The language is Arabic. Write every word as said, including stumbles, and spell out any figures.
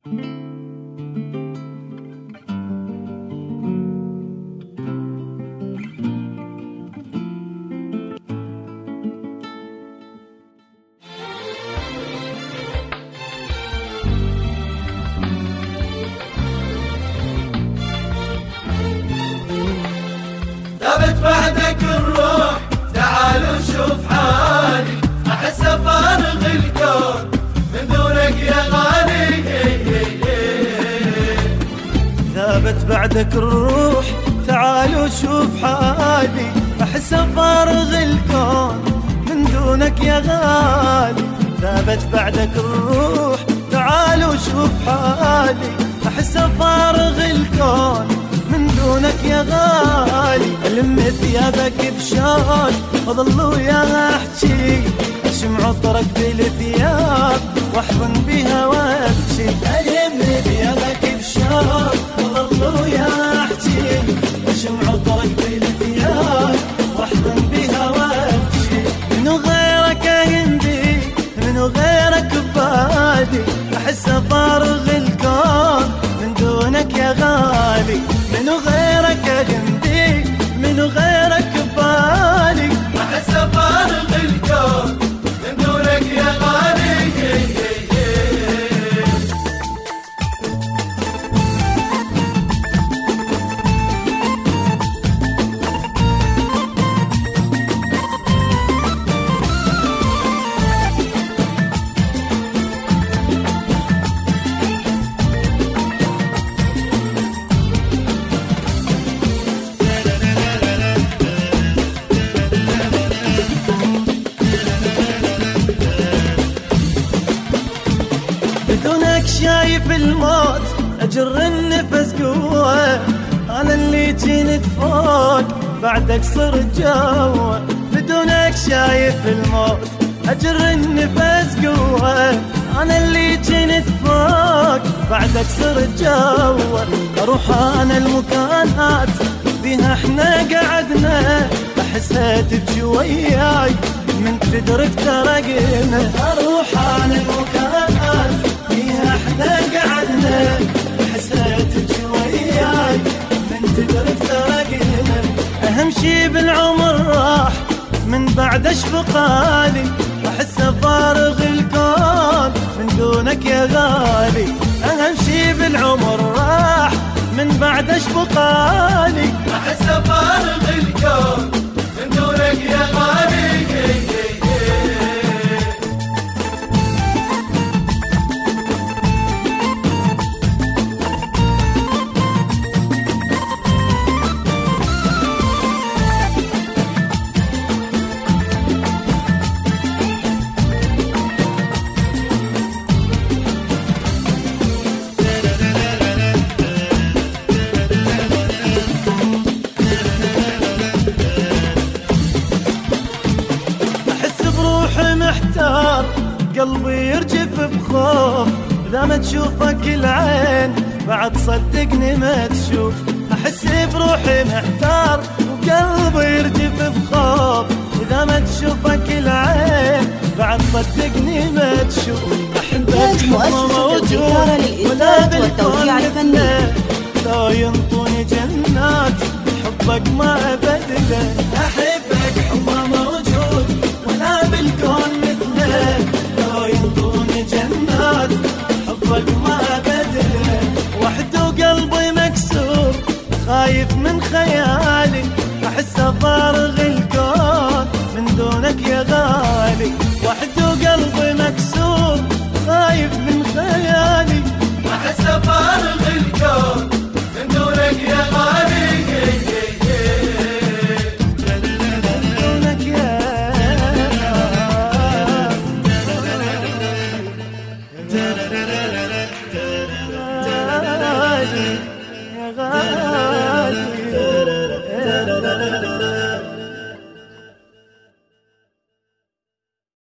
ثابت بعدك الروح، تعال وشوف حالي، احس فارغ الكون من دونك يا غالي. ثابت بعدك الروح، تعال وشوف حالي، احس فارغ الكون من دونك يا غالي. ثابت بعدك الروح، تعال وشوف حالي، احس فارغ الكون من دونك يا غالي. ألم ثيابك بشوق وظل وياها احجي، اشم عطرك بالثياب واحضن بها وابكي. ألم ثيابك بشوق وظل وياها احجي، اشم عطرك بالثياب واحضن بها وابكي. منو غيرك يندي، منو غيرك ببالي، احس فارغ الكون من دونك يا غالي. منو غيرك جنبي، منو غيرك ببالي، احس فارغ الكون من دونك يا غالي. بدونك شايف الموت أجر النفس قوة، أنا اللي جيت فوق بعدك صرت جوا. بدونك شايف الموت أجر النفس قوة، أنا اللي جيت فوق بعدك صرت جوا. أروح أنا المكانات بيها احنا قعدنا، أحسها تبكي وياي من تدرك ترقنا. أروح أنا المكانات بيها احنا قعدنا، أحسها تبكي وياي من تدرك ترقنا. أهم شي بالعمر راح من بعد اش بقالي، أحس فارغ الكون من دونك يا غالي. أهم شي بالعمر راح من بعد اش بقالي، احس فارغ الكون من دونك يا غالي. محتار قلبي يرجف بخوف، إذا ما تشوفك العين بعد صدقني ما تشوف. أحس بروحي محتار وقلبي يرجف بخوف، إذا ما تشوفك العين بعد صدقني ما تشوف. أحبك مؤسسة التجارة للإنتاج والتوزيع الفني، لا ينطوني جنات حبك ما أبدله.